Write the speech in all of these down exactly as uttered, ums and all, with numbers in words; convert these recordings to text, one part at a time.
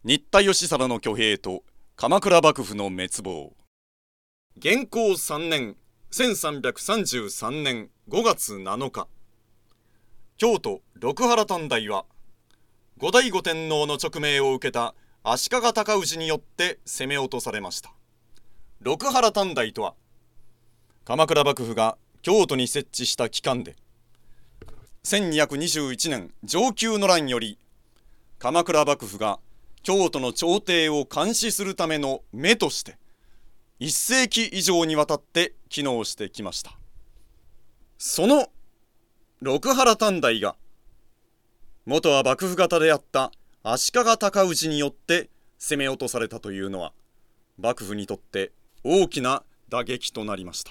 新田義貞の挙兵と鎌倉幕府の滅亡。元弘さんねんせんさんびゃくさんじゅうさんねんごがつなのか、京都六原短大は後醍醐天皇の勅命を受けた足利尊氏によって攻め落とされました。六原短大とは、鎌倉幕府が京都に設置した機関で、せんにひゃくにじゅういちねん承久の乱より鎌倉幕府が京都の朝廷を監視するための目としていっせいき以上にわたって機能してきました。その六原短大が元は幕府方であった足利尊氏によって攻め落とされたというのは、幕府にとって大きな打撃となりました。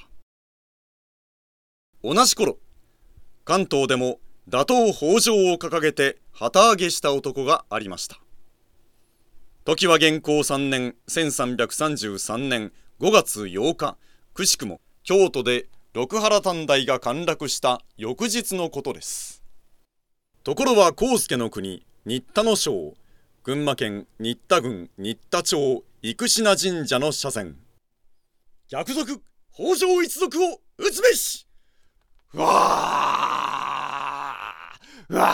同じ頃、関東でも打倒北条を掲げて旗揚げした男がありました。時は元弘さんねんせんさんびゃくさんじゅうさんねんごがつようか、くしくも京都で六原短大が陥落した翌日のことです。ところは康介の国新田の省、群馬県新田郡新田町生品神社の社前、逆賊北条一族を討つべし。うわーうわ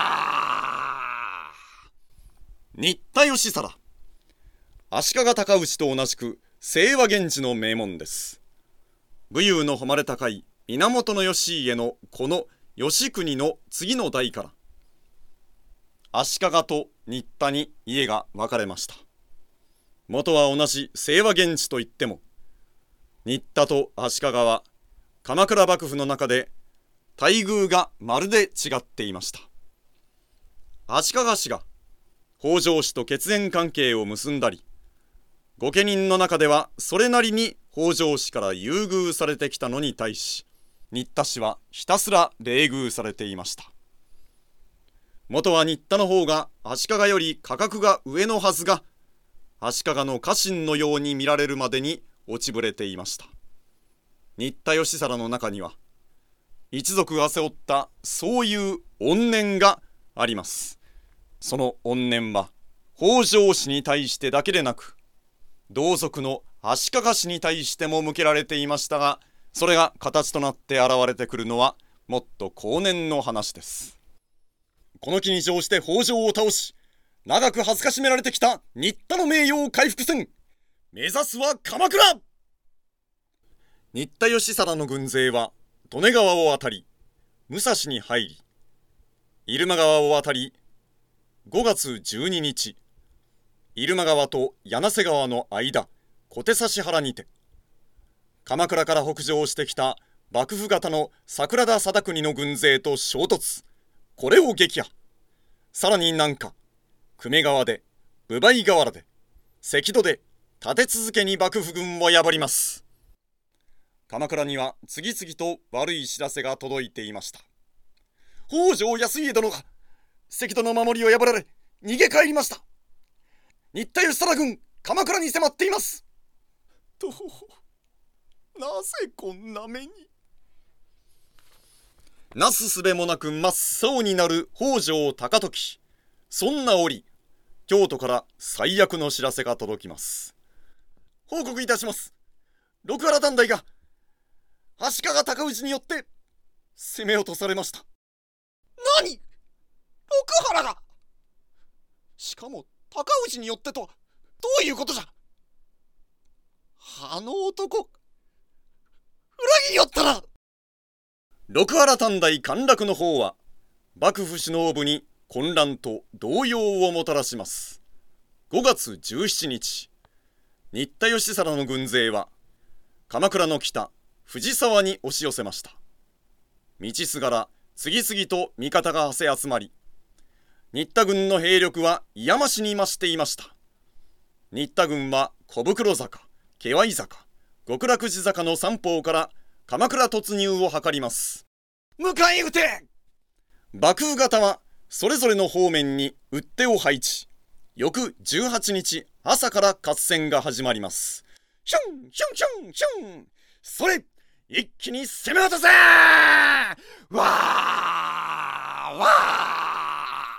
ー新田義貞、足利尊氏と同じく清和源氏の名門です。武勇の誉れ高い源義家のこの義国の次の代から足利と新田に家が分かれました。元は同じ清和源氏といっても、新田と足利は鎌倉幕府の中で待遇がまるで違っていました。足利氏が北条氏と血縁関係を結んだり、御家人の中ではそれなりに北条氏から優遇されてきたのに対し、新田氏はひたすら冷遇されていました。元は新田の方が足利より価格が上のはずが、足利の家臣のように見られるまでに落ちぶれていました。新田義貞の中には一族が背負ったそういう怨念があります。その怨念は北条氏に対してだけでなく、同族の足利氏に対しても向けられていましたが、それが形となって現れてくるのはもっと後年の話です。この機に乗して北条を倒し、長く恥ずかしめられてきた新田の名誉を回復せん。目指すは鎌倉。新田義貞の軍勢は利根川を渡り武蔵に入り、入間川を渡りごがつじゅうににち、入間川と柳瀬川の間小手指原にて、鎌倉から北上してきた幕府方の桜田貞国の軍勢と衝突。これを撃破。さらに南下、久米川で分倍河原で関戸で立て続けに幕府軍を破ります。鎌倉には次々と悪い知らせが届いていました。北条康家殿が関戸の守りを破られ逃げ帰りました。新田義貞軍鎌倉に迫っています。と、なぜこんな目に。なすすべもなく真っ青になる北条高時。そんな折、京都から最悪の知らせが届きます。報告いたします。六原短大が足利尊氏によって攻め落とされました。何、六原が、しかも尊氏によってとはどういうことじゃ。あの男裏切りよったな。六原短大陥落の方は幕府首脳部に混乱と動揺をもたらします。ごがつじゅうしちにち、新田義貞の軍勢は鎌倉の北藤沢に押し寄せました。道すがら次々と味方が馳せ集まり、新田軍の兵力は癒ましに増していました。新田軍は小袋坂、気合坂、極楽寺坂の三方から鎌倉突入を図ります。迎え撃て。幕府方はそれぞれの方面に追っ手を配置。翌じゅうはちにち朝から合戦が始まります。ヒュンヒュンヒュンヒュン、それ一気に攻め落とせ。わーわー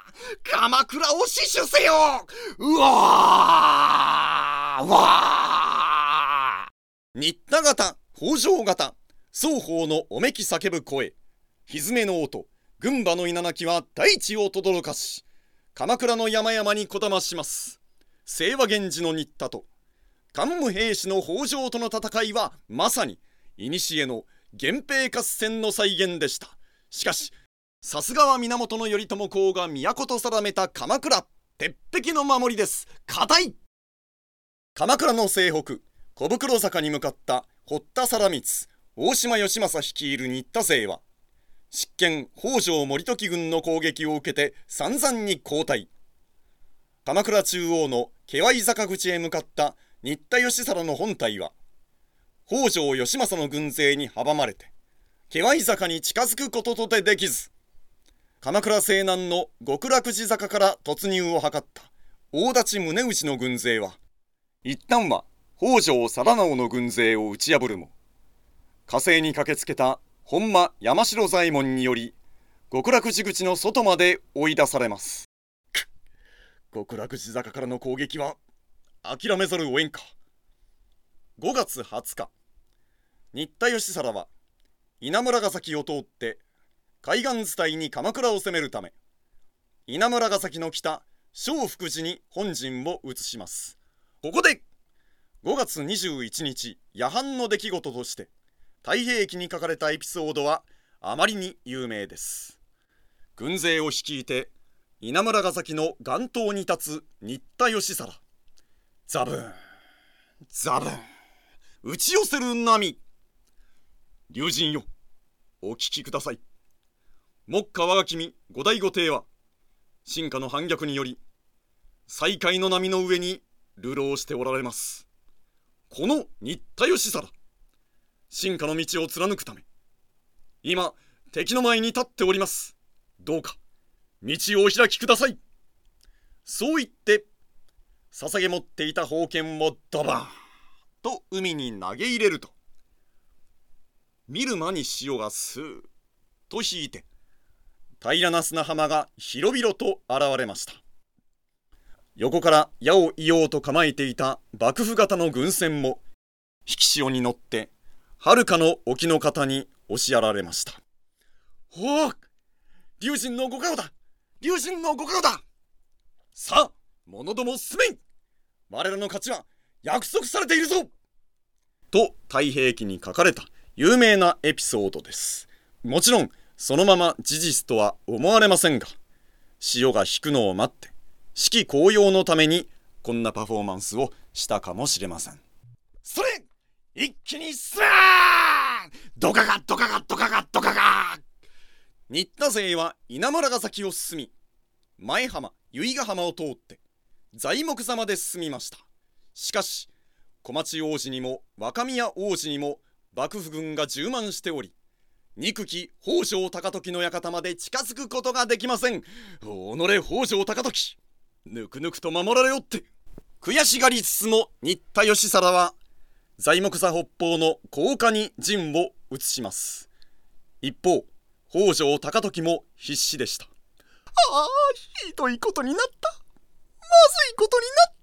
鎌倉を死守せよ。うわーうわー。新田方、北条方、双方のおめき叫ぶ声、蹄の音、軍馬の稲鳴きは大地を轟かし、鎌倉の山々にこだまします。清和源氏の新田と桓武平氏の北条との戦いはまさに古の源平合戦の再現でした。しかしさすがは源頼朝公が都と定めた鎌倉、鉄壁の守りです。堅い。鎌倉の西北小袋坂に向かった堀田貞光、大島義政率いる新田勢は執権北条森時軍の攻撃を受けて散々に後退。鎌倉中央の気合坂口へ向かった新田義貞の本隊は北条義政の軍勢に阻まれて気合坂に近づくこととてできず、鎌倉西南の極楽寺坂から突入を図った大立宗内の軍勢は一旦は北条貞直の軍勢を打ち破るも、加勢に駆けつけた本間山城左衛門により極楽寺口の外まで追い出されます。くっ、極楽寺坂からの攻撃は諦めざるを得んか。ごがつはつか、新田義貞は稲村ヶ崎を通って海岸伝いに鎌倉を攻めるため、稲村ヶ崎の北正福寺に本陣を移します。ここでごがつにじゅういちにち夜半の出来事として太平記に書かれたエピソードはあまりに有名です。軍勢を率いて稲村ヶ崎の岩頭に立つ新田義貞、ザブーンザブーン打ち寄せる波。龍神よ、お聞きください。目下我が君後醍醐帝は臣下の反逆により西海の波の上に流浪しておられます。この新田義貞、臣下の道を貫くため今敵の前に立っております。どうか道をお開きください。そう言って捧げ持っていた宝剣をドバーンと海に投げ入れると、見る間に潮がスーッと引いて平らな砂浜が広々と現れました。横から矢を射ようと構えていた幕府方の軍船も引き潮に乗って遥かの沖の方に押しやられました。おお、龍神のご加護だ、龍神のご加護だ。さあ者ども進めん、我らの勝ちは約束されているぞと太平記に書かれた有名なエピソードです。もちろんそのまま事実とは思われませんが、潮が引くのを待って士気高揚のためにこんなパフォーマンスをしたかもしれません。それ一気にスーンドカガドカガドカガドカガ。新田勢は稲村ヶ崎を進み、前浜由比ヶ浜を通って材木座まで進みました。しかし小町王子にも若宮王子にも幕府軍が充満しており、憎き北条高時の館まで近づくことができません。おのれ北条高時、ぬくぬくと守られおって。悔しがりつつも新田義貞は材木座北方の高架に陣を移します。一方北条高時も必死でした。ああ、ひどいことになった、まずいことになった。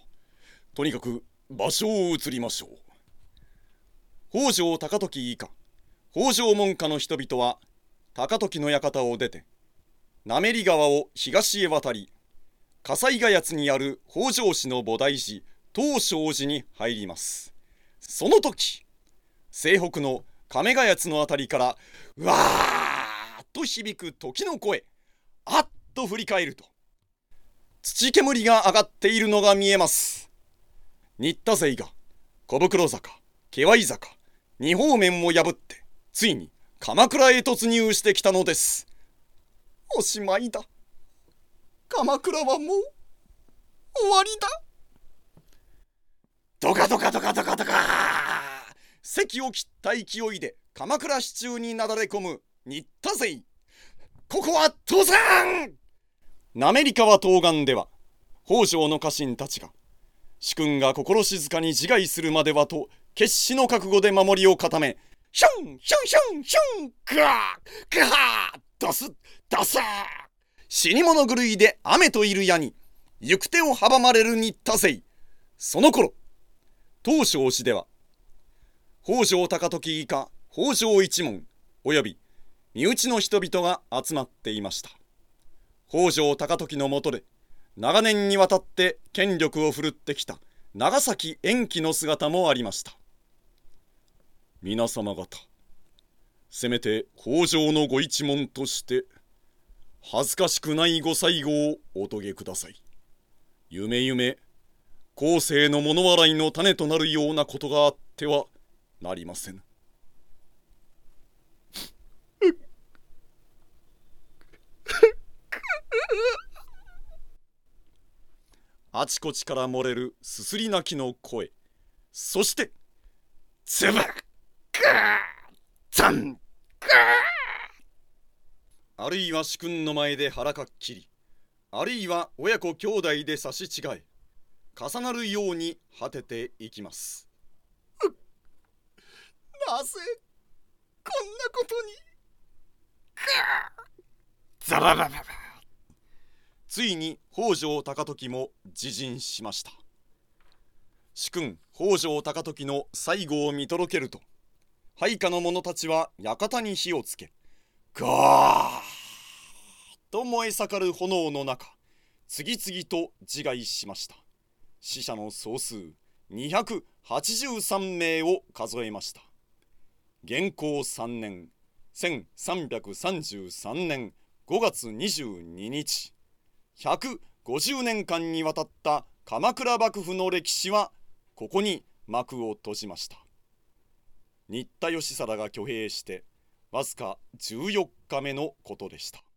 とにかく場所を移りましょう。北条高時以下北条門下の人々は高時の館を出て滑川を東へ渡り、葛西ヶ谷にある北条氏の菩提寺東照寺に入ります。その時西北の亀ヶ谷のあたりからうわーっと響く時の声、あっと振り返ると土煙が上がっているのが見えます。新田勢が小袋坂、気合坂、二方面を破ってついに鎌倉へ突入してきたのです。おしまいだ、鎌倉はもう終わりだ。ドカドカドカドカドカ、堰を切った勢いで鎌倉市中になだれ込む新田勢。ここは登山。滑川東岸では北条の家臣たちが主君が心静かに自害するまではと決死の覚悟で守りを固め、ヒュンヒュンヒュンヒュンガーガードスドスー死に物狂いで雨といる矢に行く手を阻まれる新田勢。その頃当少氏では北条高時以下北条一門および身内の人々が集まっていました。北条高時のもとで長年にわたって権力を振るってきた長崎延喜の姿もありました。皆様方、せめて北条のご一門として恥ずかしくないご最後をお遂げください。ゆめゆめ後世の物笑いの種となるようなことがあってはなりませぬ。あちこちから漏れるすすり泣きの声、そしてつぶっザンあるいは主君の前で腹かっきり、あるいは親子兄弟で差し違え、重なるように果てていきます。なぜこんなことに。ザババババ。ついに北条高時も自陣しました。主君北条高時の最後を見届けると、配下の者たちは館に火をつけ、ガーッと燃え盛る炎の中、次々と自害しました。死者の総数にひゃくはちじゅうさんめいを数えました。元弘さんねんせんさんびゃくさんじゅうさんねんごがつにじゅうににち、ひゃくごじゅうねんかんにわたった鎌倉幕府の歴史はここに幕を閉じました。新田義貞が挙兵してわずかじゅうよっかめのことでした。